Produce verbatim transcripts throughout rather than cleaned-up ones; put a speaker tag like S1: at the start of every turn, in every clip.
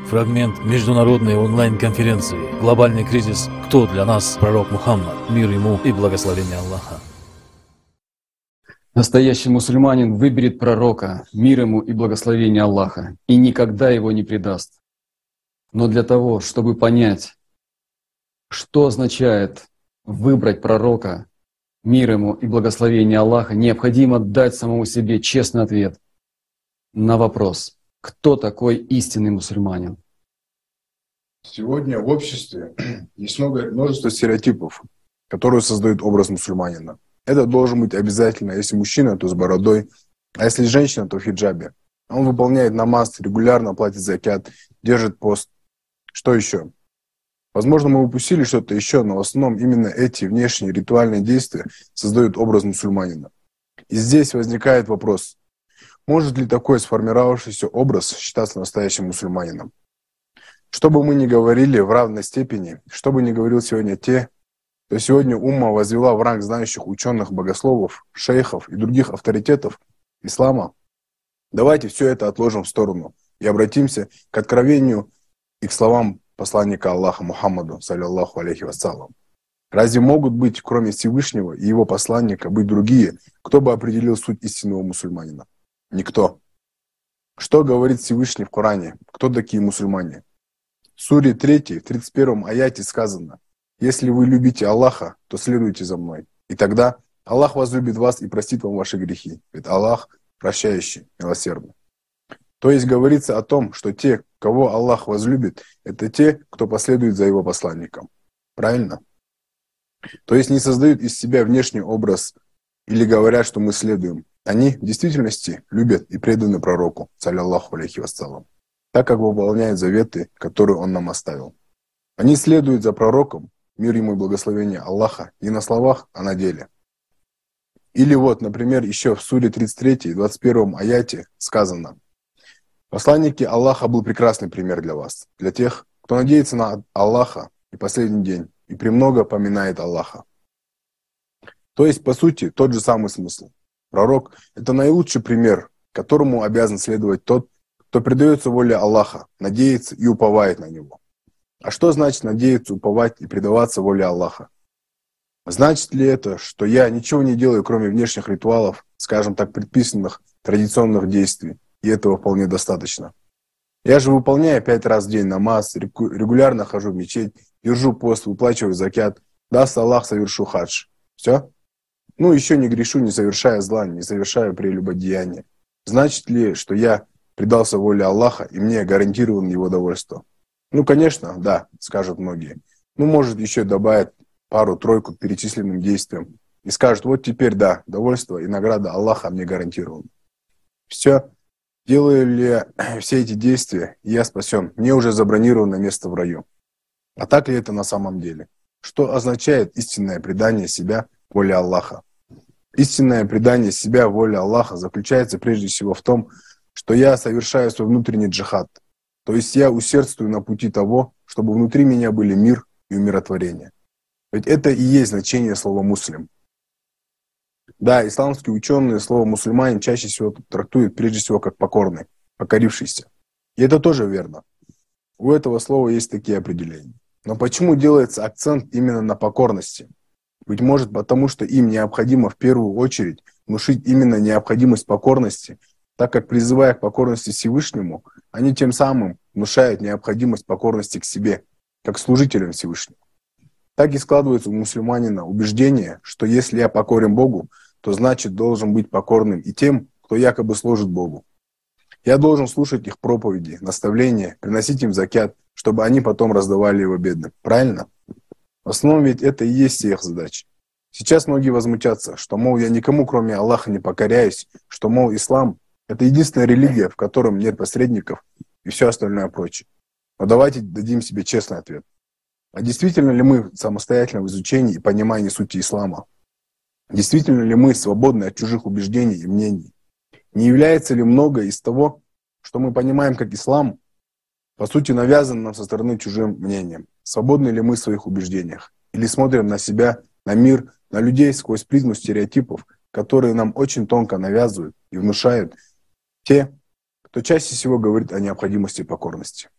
S1: Фрагмент международной онлайн-конференции «Глобальный кризис. Кто для нас пророк Мухаммад? Мир ему и благословение Аллаха».
S2: Настоящий мусульманин выберет пророка, мир ему и благословение Аллаха, и никогда его не предаст. Но для того, чтобы понять, что означает выбрать пророка, мир ему и благословение Аллаха, необходимо дать самому себе честный ответ на вопрос, кто такой истинный мусульманин.
S3: Сегодня в обществе есть много, множество стереотипов, которые создают образ мусульманина. Это должен быть обязательно, если мужчина, то с бородой, а если женщина, то в хиджабе. Он выполняет намаз, регулярно платит закят, держит пост. Что еще? Возможно, мы упустили что-то еще, но в основном именно эти внешние ритуальные действия создают образ мусульманина. И здесь возникает вопрос, может ли такой сформировавшийся образ считаться настоящим мусульманином? Что бы мы ни говорили в равной степени, что бы ни говорил сегодня те, то сегодня умма возвела в ранг знающих ученых, богословов, шейхов и других авторитетов ислама, давайте все это отложим в сторону и обратимся к откровению и к словам посланника Аллаха Мухаммаду, саллиллаху алейхи вассалам. Разве могут быть, кроме Всевышнего и его посланника, быть другие, кто бы определил суть истинного мусульманина? Никто. Что говорит Всевышний в Коране? Кто такие мусульмане? В суре третьей, в тридцать первом аяте сказано: «Если вы любите Аллаха, то следуйте за мной, и тогда Аллах возлюбит вас и простит вам ваши грехи, ведь Аллах прощающий, милосердный». То есть говорится о том, что те, кого Аллах возлюбит, это те, кто последует за его посланником. Правильно? То есть не создают из себя внешний образ или говорят, что мы следуем. Они в действительности любят и преданы пророку, саллиллаху алейхи вассалам, так как выполняют заветы, которые он нам оставил. Они следуют за пророком, мир ему и благословение Аллаха, не на словах, а на деле. Или вот, например, еще в суре тридцать третьей, двадцать первом аяте сказано: «Посланники Аллаха был прекрасный пример для вас, для тех, кто надеется на Аллаха и последний день, и премного поминает Аллаха». То есть, по сути, тот же самый смысл. Пророк – это наилучший пример, которому обязан следовать тот, кто предается воле Аллаха, надеется и уповает на него. А что значит надеяться, уповать и предаваться воле Аллаха? Значит ли это, что я ничего не делаю, кроме внешних ритуалов, скажем так, предписанных традиционных действий, и этого вполне достаточно? Я же выполняю пять раз в день намаз, регулярно хожу в мечеть, держу пост, выплачиваю закят, даст Аллах, совершу хадж. Все? Ну, еще не грешу, не совершая зла, не совершая прелюбодеяния. Значит ли, что я предался воле Аллаха, и мне гарантировано его довольство? Ну, конечно, да, скажут многие. Ну, может, еще добавить пару-тройку к перечисленным действиям и скажут: вот теперь, да, довольство и награда Аллаха мне гарантированы. Все. Делаю ли все эти действия, и я спасен, мне уже забронировано место в раю. А так ли это на самом деле? Что означает истинное предание себя воле Аллаха? Истинное предание себя воле Аллаха заключается прежде всего в том, что я совершаю свой внутренний джихад. То есть я усердствую на пути того, чтобы внутри меня были мир и умиротворение. Ведь это и есть значение слова «муслим». Да, исламские ученые слово «мусульманин» чаще всего трактуют прежде всего как покорный, покорившийся. И это тоже верно. У этого слова есть такие определения. Но почему делается акцент именно на покорности? Быть может, потому что им необходимо в первую очередь внушить именно необходимость покорности, так как, призывая к покорности Всевышнему, они тем самым внушают необходимость покорности к себе, как служителям Всевышнему. Так и складывается у мусульманина убеждение, что если я покорен Богу, то значит должен быть покорным и тем, кто якобы служит Богу. Я должен слушать их проповеди, наставления, приносить им закят, чтобы они потом раздавали его бедным. Правильно? В основном ведь это и есть их задача. Сейчас многие возмутятся, что, мол, я никому, кроме Аллаха, не покоряюсь, что, мол, ислам – это единственная религия, в котором нет посредников и все остальное прочее. Но давайте дадим себе честный ответ. А действительно ли мы самостоятельно в изучении и понимании сути ислама? Действительно ли мы свободны от чужих убеждений и мнений? Не является ли многое из того, что мы понимаем как ислам, по сути навязано нам со стороны чужим мнением? Свободны ли мы в своих убеждениях? Или смотрим на себя, на мир, на людей сквозь призму стереотипов, которые нам очень тонко навязывают и внушают те, кто чаще всего говорит о необходимости покорности?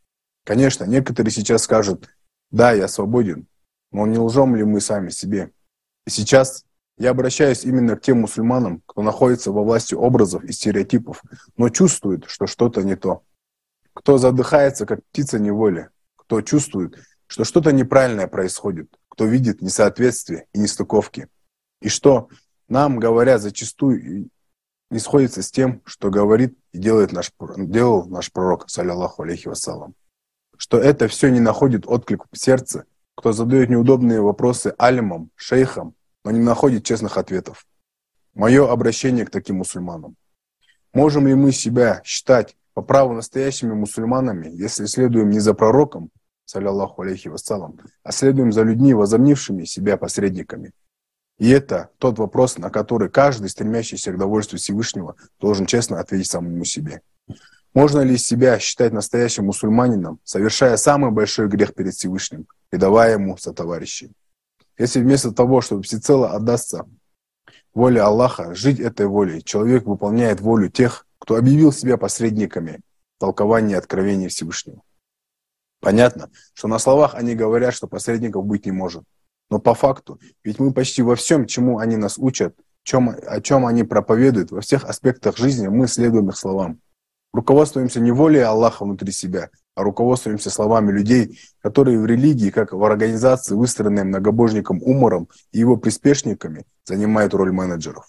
S3: Конечно, некоторые сейчас скажут: да, я свободен, но не лжем ли мы сами себе? И сейчас я обращаюсь именно к тем мусульманам, кто находится во власти образов и стереотипов, но чувствует, что что-то не то. Кто задыхается, как птица неволи, кто чувствует, что что-то неправильное происходит, кто видит несоответствие и нестыковки. И что нам говорят зачастую не сходится с тем, что говорит и делает наш, делал наш пророк, саллиллаху алейхи вассалам. Что это все не находит отклик в сердце, кто задает неудобные вопросы алимам, шейхам, но не находит честных ответов. Мое обращение к таким мусульманам. Можем ли мы себя считать по праву настоящими мусульманами, если следуем не за пророком, саллиллаху алейхи вассалам, а следуем за людьми, возомнившими себя посредниками? И это тот вопрос, на который каждый, стремящийся к довольству Всевышнего, должен честно ответить самому себе. Можно ли себя считать настоящим мусульманином, совершая самый большой грех перед Всевышним, предавая ему сотоварищей? Если вместо того, чтобы всецело отдаться воле Аллаха, жить этой волей, человек выполняет волю тех, кто объявил себя посредниками в толковании откровений Всевышнего. Понятно, что на словах они говорят, что посредников быть не может. Но по факту, ведь мы почти во всем, чему они нас учат, чем, о чем они проповедуют, во всех аспектах жизни мы следуем их словам. Руководствуемся не волей Аллаха внутри себя, а руководствуемся словами людей, которые в религии, как в организации, выстроенной многобожником Умаром и его приспешниками, занимают роль менеджеров.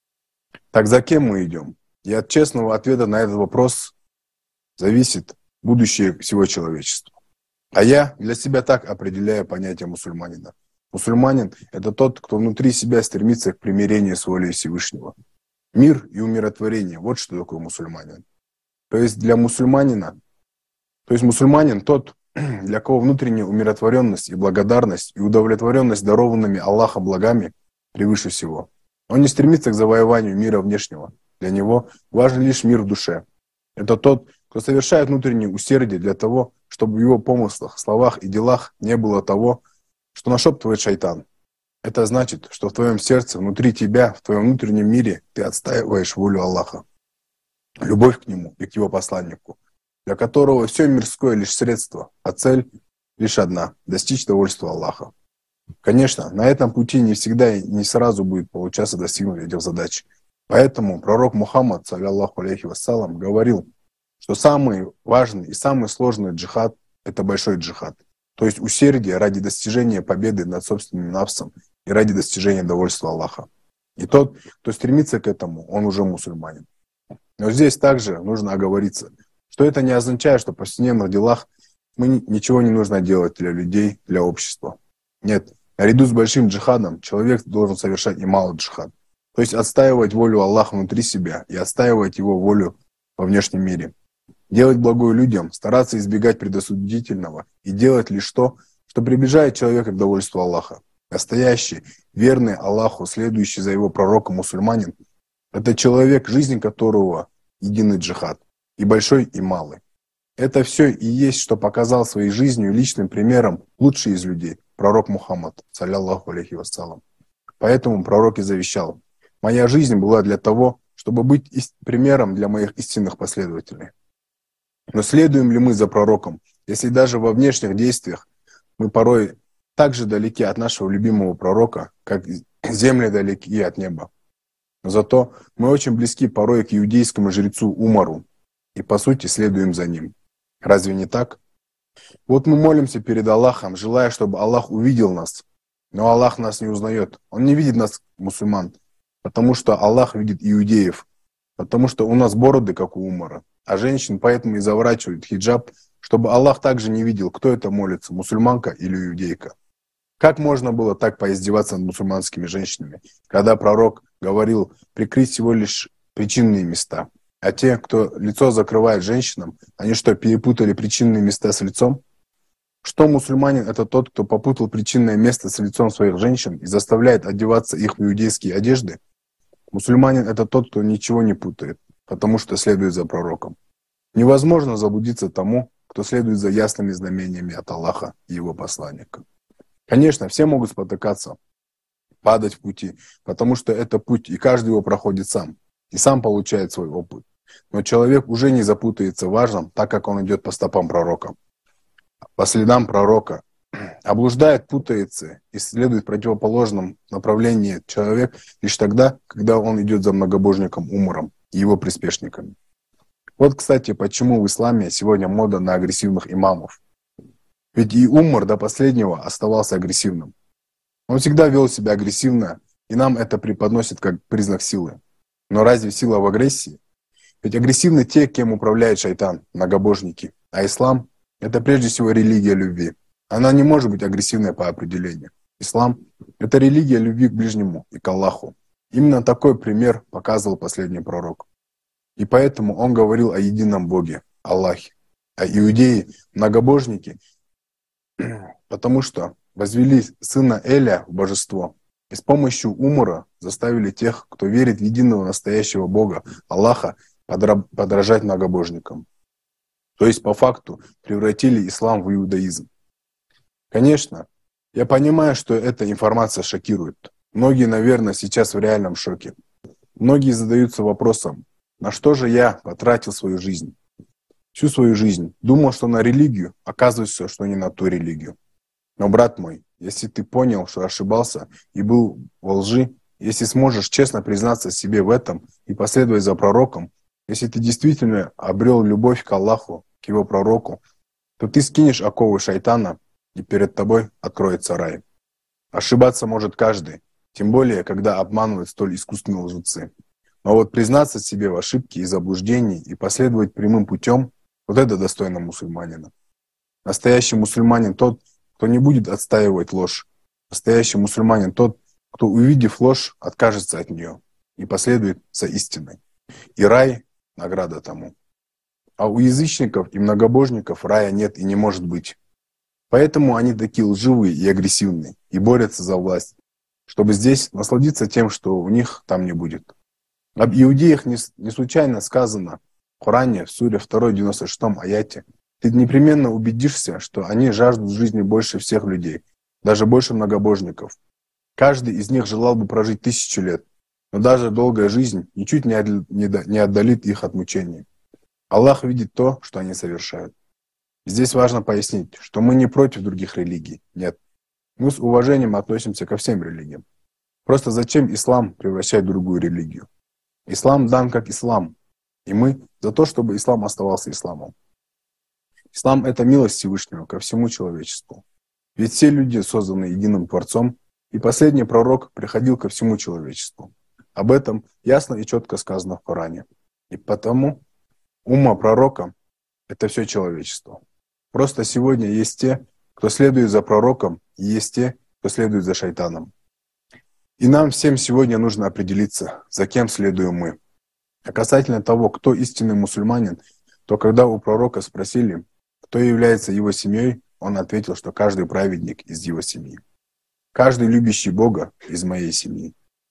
S3: Так за кем мы идем? И от честного ответа на этот вопрос зависит будущее всего человечества. А я для себя так определяю понятие мусульманина. Мусульманин – это тот, кто внутри себя стремится к примирению с волей Всевышнего. Мир и умиротворение – вот что такое мусульманин. То есть для мусульманина, то есть мусульманин тот, для кого внутренняя умиротворенность и благодарность и удовлетворенность дарованными Аллахом благами превыше всего. Он не стремится к завоеванию мира внешнего. Для него важен лишь мир в душе. Это тот, кто совершает внутреннее усердие для того, чтобы в его помыслах, словах и делах не было того, что нашептывает шайтан. Это значит, что в твоем сердце, внутри тебя, в твоем внутреннем мире ты отстаиваешь волю Аллаха, любовь к Нему и к Его посланнику, для которого все мирское лишь средство, а цель лишь одна – достичь довольства Аллаха. Конечно, на этом пути не всегда и не сразу будет получаться достигнуть этих задач. Поэтому пророк Мухаммад, саллиллаху алейхи вассалам, говорил, что самый важный и самый сложный джихад – это большой джихад. То есть усердие ради достижения победы над собственным нафсом и ради достижения довольства Аллаха. И тот, кто стремится к этому, он уже мусульманин. Но здесь также нужно оговориться, что это не означает, что в повседневных делах мы ничего не нужно делать для людей, для общества. Нет, наряду с большим джихадом человек должен совершать и малый джихад. То есть отстаивать волю Аллаха внутри себя и отстаивать его волю во внешнем мире. Делать благое людям, стараться избегать предосудительного и делать лишь то, что приближает человека к довольству Аллаха. Настоящий, верный Аллаху, следующий за его пророком мусульманин, это человек, жизнь которого единый джихад, и большой, и малый. Это все и есть, что показал своей жизнью и личным примером лучший из людей, пророк Мухаммад, саллиллаху алейхи вассалам. Поэтому пророк и завещал: «Моя жизнь была для того, чтобы быть примером для моих истинных последователей». Но следуем ли мы за пророком, если даже во внешних действиях мы порой так же далеки от нашего любимого пророка, как земли далеки от неба? Но зато мы очень близки порой к иудейскому жрецу Умару и по сути следуем за ним. Разве не так? Вот мы молимся перед Аллахом, желая, чтобы Аллах увидел нас. Но Аллах нас не узнает. Он не видит нас, мусульман, потому что Аллах видит иудеев, потому что у нас бороды, как у Умара. А женщин поэтому и заворачивают хиджаб, чтобы Аллах также не видел, кто это молится, мусульманка или иудейка. Как можно было так поиздеваться над мусульманскими женщинами, когда пророк говорил прикрыть всего лишь причинные места? А те, кто лицо закрывает женщинам, они что, перепутали причинные места с лицом? Что мусульманин – это тот, кто попутал причинное место с лицом своих женщин и заставляет одеваться их в иудейские одежды? Мусульманин – это тот, кто ничего не путает, потому что следует за пророком. Невозможно заблудиться тому, кто следует за ясными знамениями от Аллаха и его посланника. Конечно, все могут спотыкаться, падать в пути, потому что это путь, и каждый его проходит сам, и сам получает свой опыт. Но человек уже не запутается в важном, так как он идет по стопам пророка. по следам пророка. Облуждает, путается и следует в противоположном направлении человек лишь тогда, когда он идет за многобожником Умаром и его приспешниками. Вот, кстати, почему в исламе сегодня мода на агрессивных имамов. Ведь и Умар до последнего оставался агрессивным. Он всегда вел себя агрессивно, и нам это преподносит как признак силы. Но разве сила в агрессии? Ведь агрессивны те, кем управляет шайтан, многобожники. А ислам – это прежде всего религия любви. Она не может быть агрессивной по определению. Ислам – это религия любви к ближнему и к Аллаху. Именно такой пример показывал последний пророк. И поэтому он говорил о едином Боге, Аллахе. А иудеи – многобожники, потому что возвели сына Эля в божество. И с помощью Умара заставили тех, кто верит в единого настоящего Бога, Аллаха, подражать многобожникам. То есть по факту превратили ислам в иудаизм. Конечно, я понимаю, что эта информация шокирует. Многие, наверное, сейчас в реальном шоке. Многие задаются вопросом, на что же я потратил свою жизнь? Всю свою жизнь. Думал, что на религию, оказывается, что не на ту религию. Но, брат мой, если ты понял, что ошибался и был во лжи, если сможешь честно признаться себе в этом и последовать за пророком, если ты действительно обрел любовь к Аллаху, к его пророку, то ты скинешь оковы шайтана, и перед тобой откроется рай. Ошибаться может каждый, тем более, когда обманывают столь искусственные лжецы. Но вот признаться себе в ошибке и заблуждении и последовать прямым путем, вот это достойно мусульманина. Настоящий мусульманин тот, кто не будет отстаивать ложь. Настоящий мусульманин тот, кто, увидев ложь, откажется от нее и последует за истиной. И рай – награда тому. А у язычников и многобожников рая нет и не может быть. Поэтому они такие лживые и агрессивные, и борются за власть, чтобы здесь насладиться тем, что у них там не будет. Об иудеях не, не случайно сказано в Коране, в суре два, девяносто шестом аяте. Ты непременно убедишься, что они жаждут жизни больше всех людей, даже больше многобожников. Каждый из них желал бы прожить тысячу лет, но даже долгая жизнь ничуть не, отдал, не, не отдалит их от мучений. Аллах видит то, что они совершают. Здесь важно пояснить, что мы не против других религий, нет. Мы с уважением относимся ко всем религиям. Просто зачем ислам превращать в другую религию? Ислам дан как ислам, и мы за то, чтобы ислам оставался исламом. Ислам – это милость Всевышнего ко всему человечеству. Ведь все люди созданы единым Творцом, и последний пророк приходил ко всему человечеству. Об этом ясно и четко сказано в Коране. И потому умма пророка – это все человечество. Просто сегодня есть те, кто следует за пророком, и есть те, кто следует за шайтаном. И нам всем сегодня нужно определиться, за кем следуем мы. А касательно того, кто истинный мусульманин, то когда у пророка спросили, кто является его семьей, он ответил, что каждый праведник из его семьи. Каждый любящий Бога из моей семьи.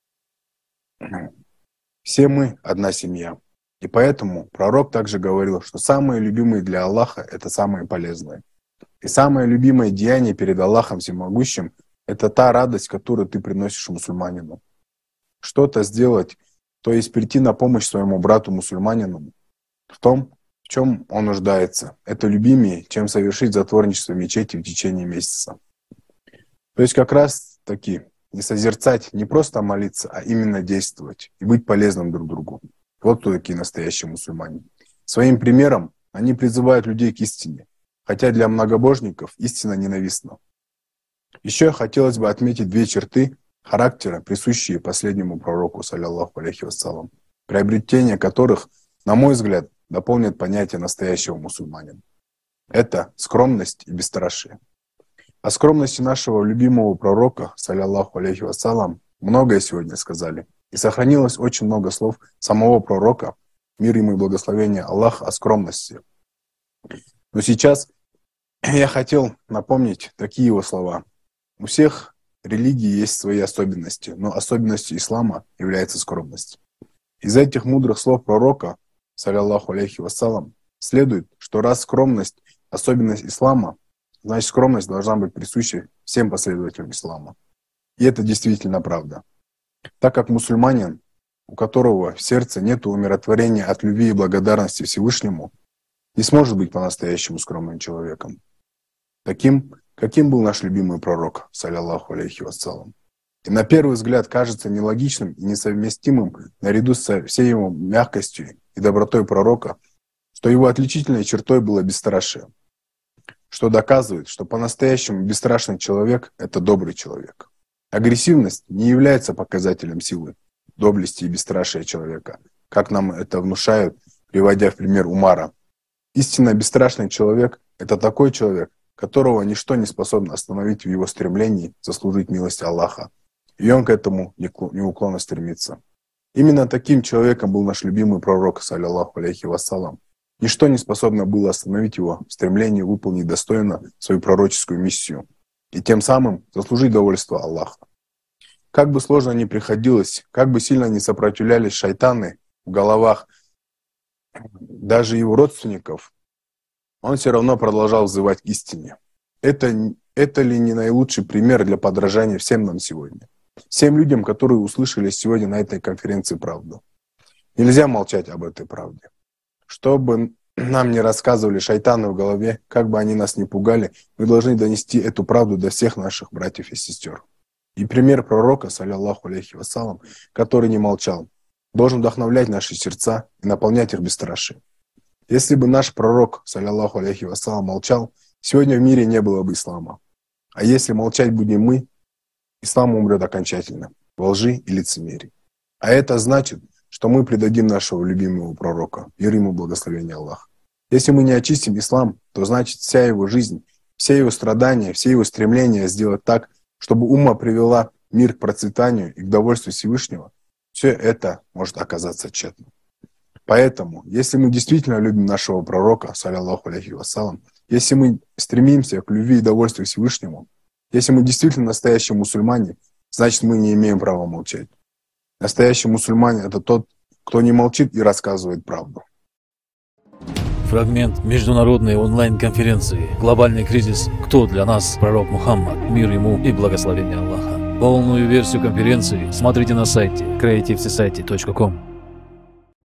S3: Все мы одна семья. И поэтому пророк также говорил, что самые любимые для Аллаха – это самые полезные. И самое любимое деяние перед Аллахом Всемогущим – это та радость, которую ты приносишь мусульманину. Что-то сделать, то есть прийти на помощь своему брату-мусульманину в том, в чем он нуждается. Это любимее, чем совершить затворничество мечети в течение месяца. То есть как раз таки не созерцать, не просто молиться, а именно действовать и быть полезным друг другу. Вот кто такие настоящие мусульмане. Своим примером они призывают людей к истине, хотя для многобожников истина ненавистна. Еще хотелось бы отметить две черты характера, присущие последнему пророку, саллиллаху алейхи вассалам, приобретение которых, на мой взгляд, дополнит понятие настоящего мусульманина. Это скромность и бесстрашие. О скромности нашего любимого пророка, саллиллаху алейхи вассалам, многое сегодня сказали. И сохранилось очень много слов самого пророка, мир ему и благословение Аллаха, о скромности. Но сейчас я хотел напомнить такие его слова. У всех религий есть свои особенности, но особенностью ислама является скромность. Из этих мудрых слов пророка, саллиллаху алейхи вассалам, следует, что раз скромность – особенность ислама, значит скромность должна быть присуща всем последователям ислама. И это действительно правда. Так как мусульманин, у которого в сердце нет умиротворения от любви и благодарности Всевышнему, не сможет быть по-настоящему скромным человеком. таким, каким был наш любимый пророк, саллиллаху алейхи вассалам. И на первый взгляд кажется нелогичным и несовместимым наряду со всей его мягкостью и добротой пророка, что его отличительной чертой было бесстрашие, что доказывает, что по-настоящему бесстрашный человек – это добрый человек. Агрессивность не является показателем силы, доблести и бесстрашия человека, как нам это внушают, приводя в пример Умара. Истинно бесстрашный человек – это такой человек, которого ничто не способно остановить в его стремлении заслужить милость Аллаха, и он к этому неуклонно стремится. Именно таким человеком был наш любимый пророк, саллиллаху алейхи вассалам. Ничто не способно было остановить его в стремлении выполнить достойно свою пророческую миссию и тем самым заслужить довольство Аллаха. Как бы сложно ни приходилось, как бы сильно ни сопротивлялись шайтаны в головах даже его родственников, он все равно продолжал взывать к истине. Это, это ли не наилучший пример для подражания всем нам сегодня? Всем людям, которые услышали сегодня на этой конференции правду. Нельзя молчать об этой правде. Что бы нам ни рассказывали шайтаны в голове, как бы они нас ни пугали, мы должны донести эту правду до всех наших братьев и сестер. И пример пророка, саллиллаху алейхи вассалам, который не молчал, должен вдохновлять наши сердца и наполнять их бесстрашием. Если бы наш пророк, саллиллаху алейхи вассалам, молчал, сегодня в мире не было бы ислама. А если молчать будем мы, ислам умрет окончательно, во лжи и лицемерии. А это значит, что мы предадим нашего любимого пророка, мир ему, благословение Аллаха. Если мы не очистим ислам, то значит вся его жизнь, все его страдания, все его стремления сделать так, чтобы умма привела мир к процветанию и к довольству Всевышнего, все это может оказаться тщетным. Поэтому, если мы действительно любим нашего пророка, саллиллаху алейхи вассалам, если мы стремимся к любви и довольству Всевышнему, если мы действительно настоящие мусульмане, значит мы не имеем права молчать. Настоящий мусульманин – это тот, кто не молчит и рассказывает правду.
S1: Фрагмент международной онлайн-конференции «Глобальный кризис. Кто для нас пророк Мухаммад? Мир ему и благословение Аллаха». Полную версию конференции смотрите на сайте креатив сосайти точка ком.